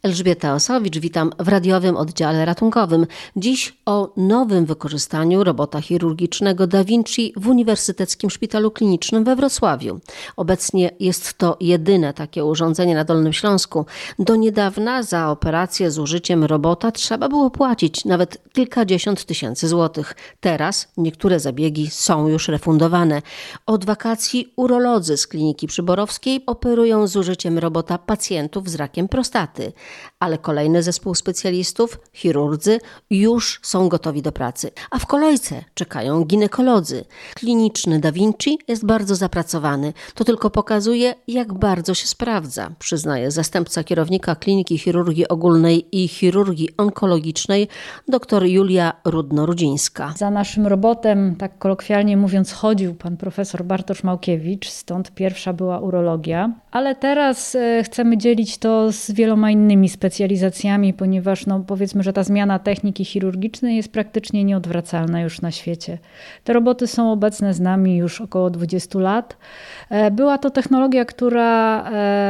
Elżbieta Osowicz, witam w radiowym oddziale ratunkowym. Dziś o nowym wykorzystaniu robota chirurgicznego Da Vinci w Uniwersyteckim Szpitalu Klinicznym we Wrocławiu. Obecnie jest to jedyne takie urządzenie na Dolnym Śląsku. Do niedawna za operację z użyciem robota trzeba było płacić nawet kilkadziesiąt tysięcy złotych. Teraz niektóre zabiegi są już refundowane. Od wakacji urolodzy z Kliniki Przyborowskiej operują z użyciem robota pacjentów z rakiem prostaty. Ale kolejny zespół specjalistów, chirurdzy, już są gotowi do pracy. A w kolejce czekają ginekolodzy. Kliniczny Da Vinci jest bardzo zapracowany. To tylko pokazuje, jak bardzo się sprawdza, przyznaje zastępca kierownika Kliniki Chirurgii Ogólnej i Chirurgii Onkologicznej dr Julia Rudno-Rudzińska. Za naszym robotem, tak kolokwialnie mówiąc, chodził pan profesor Bartosz Małkiewicz, stąd pierwsza była urologia. Ale teraz chcemy dzielić to z wieloma innymi specjalizacjami, ponieważ powiedzmy, że ta zmiana techniki chirurgicznej jest praktycznie nieodwracalna już na świecie. Te roboty są obecne z nami już około 20 lat. Była to technologia, która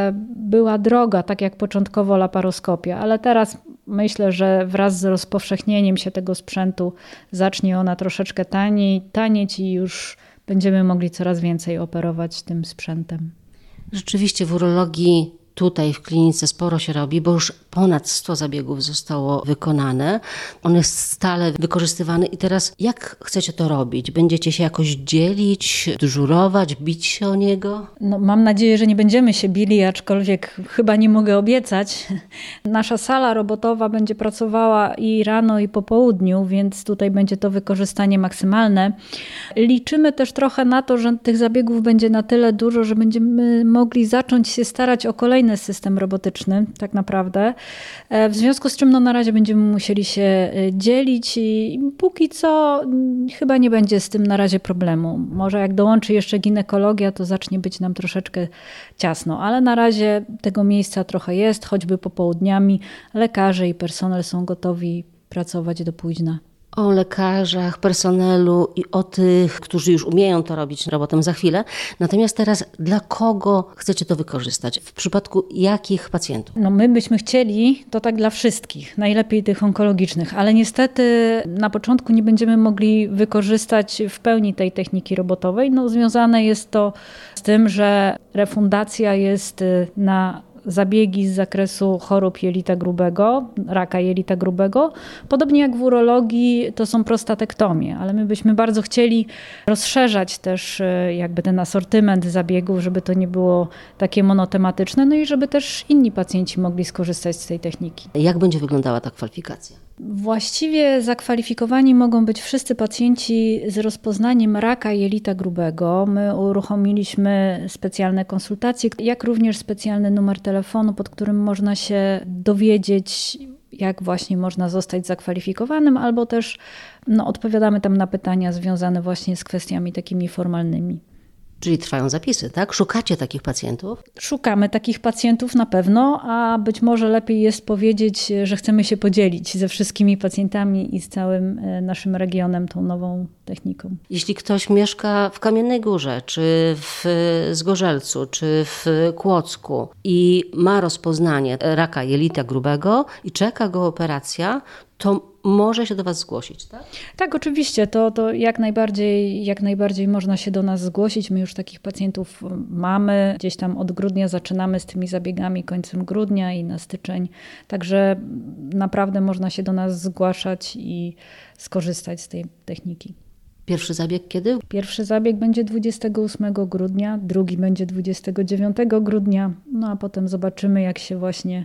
była droga, tak jak początkowo laparoskopia, ale teraz myślę, że wraz z rozpowszechnieniem się tego sprzętu zacznie ona troszeczkę tanieć i już będziemy mogli coraz więcej operować tym sprzętem. Rzeczywiście w urologii tutaj w klinice sporo się robi, bo już ponad 100 zabiegów zostało wykonane. On jest stale wykorzystywany i teraz jak chcecie to robić? Będziecie się jakoś dzielić, dyżurować, bić się o niego? Mam nadzieję, że nie będziemy się bili, aczkolwiek chyba nie mogę obiecać. Nasza sala robotowa będzie pracowała i rano, i po południu, więc tutaj będzie to wykorzystanie maksymalne. Liczymy też trochę na to, że tych zabiegów będzie na tyle dużo, że będziemy mogli zacząć się starać o kolejny system robotyczny, tak naprawdę. W związku z czym na razie będziemy musieli się dzielić i póki co chyba nie będzie z tym na razie problemu. Może jak dołączy jeszcze ginekologia, to zacznie być nam troszeczkę ciasno, ale na razie tego miejsca trochę jest, choćby popołudniami. Lekarze i personel są gotowi pracować do późna. O lekarzach, personelu i o tych, którzy już umieją to robić robotem za chwilę. Natomiast teraz dla kogo chcecie to wykorzystać? W przypadku jakich pacjentów? My byśmy chcieli to tak dla wszystkich, najlepiej tych onkologicznych, ale niestety na początku nie będziemy mogli wykorzystać w pełni tej techniki robotowej. Związane jest to z tym, że refundacja jest na zabiegi z zakresu chorób jelita grubego, raka jelita grubego. Podobnie jak w urologii to są prostatektomie, ale my byśmy bardzo chcieli rozszerzać też jakby ten asortyment zabiegów, żeby to nie było takie monotematyczne, i żeby też inni pacjenci mogli skorzystać z tej techniki. Jak będzie wyglądała ta kwalifikacja? Właściwie zakwalifikowani mogą być wszyscy pacjenci z rozpoznaniem raka jelita grubego. My uruchomiliśmy specjalne konsultacje, jak również specjalny numer telefonu, pod którym można się dowiedzieć, jak właśnie można zostać zakwalifikowanym, albo też odpowiadamy tam na pytania związane właśnie z kwestiami takimi formalnymi. Czyli trwają zapisy, tak? Szukacie takich pacjentów? Szukamy takich pacjentów na pewno, a być może lepiej jest powiedzieć, że chcemy się podzielić ze wszystkimi pacjentami i z całym naszym regionem tą nową techniką. Jeśli ktoś mieszka w Kamiennej Górze, czy w Zgorzelcu, czy w Kłodzku i ma rozpoznanie raka jelita grubego i czeka go operacja, to może się do Was zgłosić, tak? Tak, oczywiście. To jak najbardziej można się do nas zgłosić. My już takich pacjentów mamy. Gdzieś tam od grudnia zaczynamy z tymi zabiegami, końcem grudnia i na styczeń. Także naprawdę można się do nas zgłaszać i skorzystać z tej techniki. Pierwszy zabieg kiedy? Pierwszy zabieg będzie 28 grudnia, drugi będzie 29 grudnia, a potem zobaczymy, jak się właśnie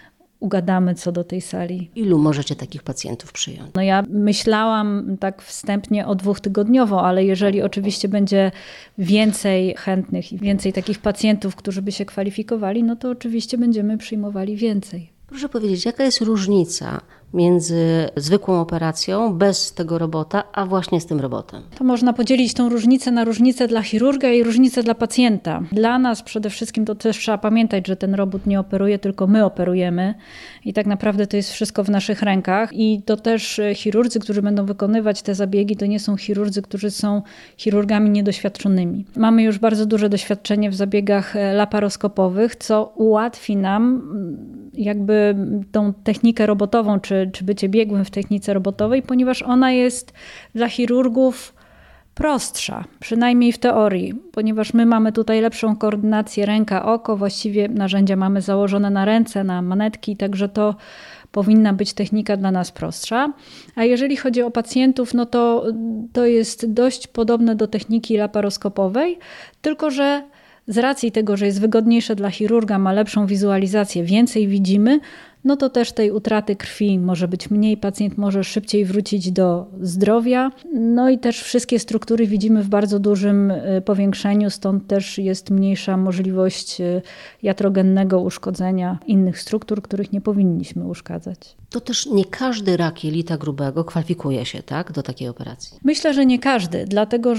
ugadamy co do tej sali. Ilu możecie takich pacjentów przyjąć? Ja myślałam tak wstępnie o 2-tygodniowo, ale jeżeli oczywiście będzie więcej chętnych i więcej takich pacjentów, którzy by się kwalifikowali, to oczywiście będziemy przyjmowali więcej. Proszę powiedzieć, jaka jest różnica między zwykłą operacją bez tego robota, a właśnie z tym robotem? To można podzielić tą różnicę na różnicę dla chirurga i różnicę dla pacjenta. Dla nas przede wszystkim to też trzeba pamiętać, że ten robot nie operuje, tylko my operujemy i tak naprawdę to jest wszystko w naszych rękach i to też chirurdzy, którzy będą wykonywać te zabiegi, to nie są chirurdzy, którzy są chirurgami niedoświadczonymi. Mamy już bardzo duże doświadczenie w zabiegach laparoskopowych, co ułatwi nam jakby tą technikę robotową, czy bycie biegłym w technice robotowej, ponieważ ona jest dla chirurgów prostsza, przynajmniej w teorii, ponieważ my mamy tutaj lepszą koordynację ręka-oko, właściwie narzędzia mamy założone na ręce, na manetki, także to powinna być technika dla nas prostsza. A jeżeli chodzi o pacjentów, no to jest dość podobne do techniki laparoskopowej, tylko że z racji tego, że jest wygodniejsze dla chirurga, ma lepszą wizualizację, więcej widzimy, no to też tej utraty krwi może być mniej, pacjent może szybciej wrócić do zdrowia. No i też wszystkie struktury widzimy w bardzo dużym powiększeniu, stąd też jest mniejsza możliwość iatrogennego uszkodzenia innych struktur, których nie powinniśmy uszkadzać. To też nie każdy rak jelita grubego kwalifikuje się, tak, do takiej operacji? Myślę, że nie każdy, dlatego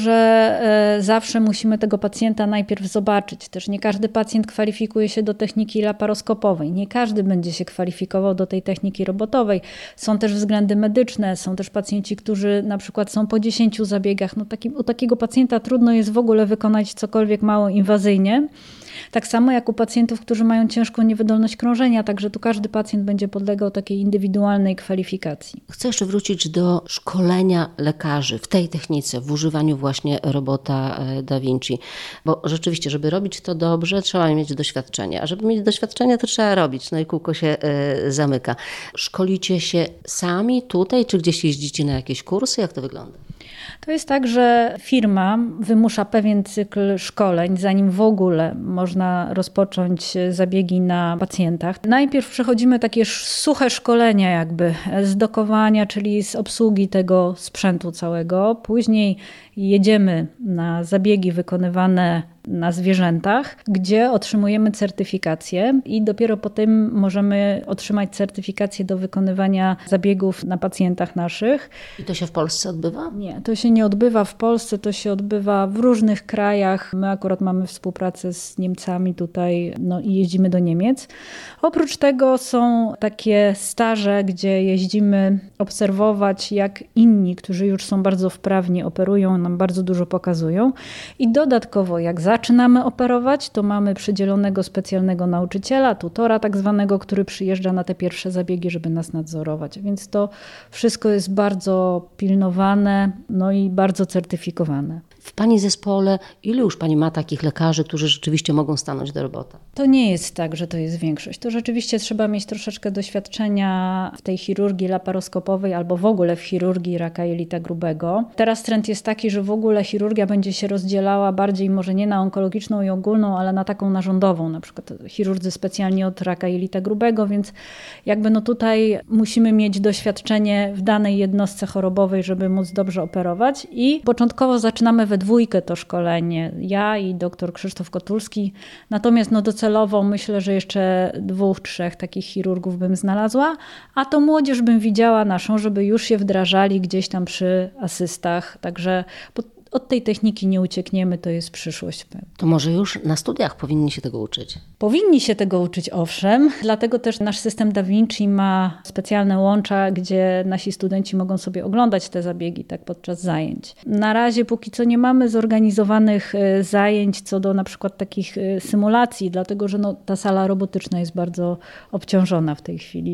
że zawsze musimy tego pacjenta najpierw zobaczyć. Też nie każdy pacjent kwalifikuje się do techniki laparoskopowej. Nie każdy będzie się kwalifikował do tej techniki robotowej. Są też względy medyczne, są też pacjenci, którzy na przykład są po 10 zabiegach. No u takiego pacjenta trudno jest w ogóle wykonać cokolwiek mało inwazyjnie. Tak samo jak u pacjentów, którzy mają ciężką niewydolność krążenia, także tu każdy pacjent będzie podlegał takiej indywidualnej kwalifikacji. Chcę jeszcze wrócić do szkolenia lekarzy w tej technice, w używaniu właśnie robota Da Vinci, bo rzeczywiście, żeby robić to dobrze, trzeba mieć doświadczenie, a żeby mieć doświadczenie, to trzeba robić, no i kółko się zamyka. Szkolicie się sami tutaj, czy gdzieś jeździcie na jakieś kursy? Jak to wygląda? To jest tak, że firma wymusza pewien cykl szkoleń, zanim w ogóle można rozpocząć zabiegi na pacjentach. Najpierw przechodzimy takie suche szkolenia jakby z dokowania, czyli z obsługi tego sprzętu całego. Później jedziemy na zabiegi wykonywane na zwierzętach, gdzie otrzymujemy certyfikację i dopiero potem możemy otrzymać certyfikację do wykonywania zabiegów na pacjentach naszych. I to się w Polsce odbywa? Nie, to się nie odbywa w Polsce, to się odbywa w różnych krajach. My akurat mamy współpracę z Niemcami tutaj, no i jeździmy do Niemiec. Oprócz tego są takie staże, gdzie jeździmy obserwować, jak inni, którzy już są bardzo wprawni, operują, nam bardzo dużo pokazują. I dodatkowo, jak zaczynamy operować, to mamy przydzielonego specjalnego nauczyciela, tutora tak zwanego, który przyjeżdża na te pierwsze zabiegi, żeby nas nadzorować. Więc to wszystko jest bardzo pilnowane, no i bardzo certyfikowane. W Pani zespole ilu już Pani ma takich lekarzy, którzy rzeczywiście mogą stanąć do roboty? To nie jest tak, że to jest większość. To rzeczywiście trzeba mieć troszeczkę doświadczenia w tej chirurgii laparoskopowej albo w ogóle w chirurgii raka jelita grubego. Teraz trend jest taki, że w ogóle chirurgia będzie się rozdzielała bardziej może nie na onkologiczną i ogólną, ale na taką narządową, na przykład chirurdzy specjalnie od raka jelita grubego, więc jakby no tutaj musimy mieć doświadczenie w danej jednostce chorobowej, żeby móc dobrze operować i początkowo zaczynamy we dwójkę to szkolenie, ja i dr Krzysztof Kotulski, natomiast no docelowo myślę, że jeszcze 2-3 takich chirurgów bym znalazła, a to młodzież bym widziała naszą, żeby już się wdrażali gdzieś tam przy asystach, także od tej techniki nie uciekniemy, to jest przyszłość. To może już na studiach powinni się tego uczyć? Powinni się tego uczyć, owszem. Dlatego też nasz system Da Vinci ma specjalne łącza, gdzie nasi studenci mogą sobie oglądać te zabiegi tak podczas zajęć. Na razie póki co nie mamy zorganizowanych zajęć co do na przykład takich symulacji, dlatego że no, ta sala robotyczna jest bardzo obciążona w tej chwili,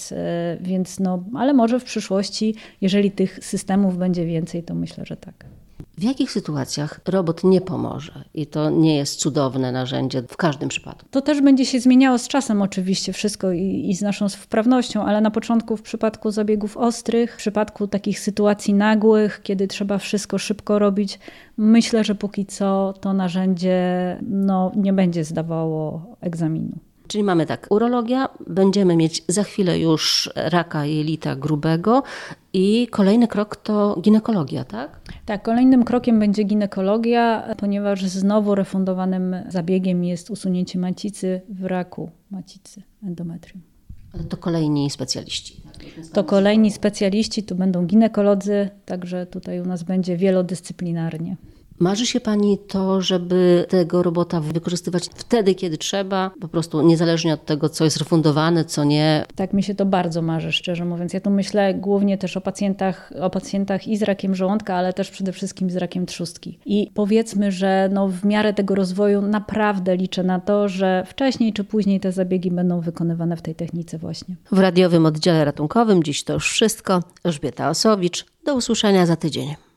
więc no, ale może w przyszłości, jeżeli tych systemów będzie więcej, to myślę, że tak. W jakich sytuacjach robot nie pomoże i to nie jest cudowne narzędzie w każdym przypadku? To też będzie się zmieniało z czasem oczywiście wszystko i z naszą wprawnością, ale na początku w przypadku zabiegów ostrych, w przypadku takich sytuacji nagłych, kiedy trzeba wszystko szybko robić, myślę, że póki co to narzędzie no, nie będzie zdawało egzaminu. Czyli mamy tak, urologia, będziemy mieć za chwilę już raka jelita grubego i kolejny krok to ginekologia, tak? Tak, kolejnym krokiem będzie ginekologia, ponieważ znowu refundowanym zabiegiem jest usunięcie macicy w raku macicy, endometrium. Ale to kolejni specjaliści. to kolejni specjaliści, tu będą ginekolodzy, także tutaj u nas będzie wielodyscyplinarnie. Marzy się Pani to, żeby tego robota wykorzystywać wtedy, kiedy trzeba, po prostu niezależnie od tego, co jest refundowane, co nie? Tak, mi się to bardzo marzy, szczerze mówiąc. Ja tu myślę głównie też o pacjentach i z rakiem żołądka, ale też przede wszystkim z rakiem trzustki. I powiedzmy, że w miarę tego rozwoju naprawdę liczę na to, że wcześniej czy później te zabiegi będą wykonywane w tej technice właśnie. W radiowym oddziale ratunkowym dziś to już wszystko. Elżbieta Osowicz. Do usłyszenia za tydzień.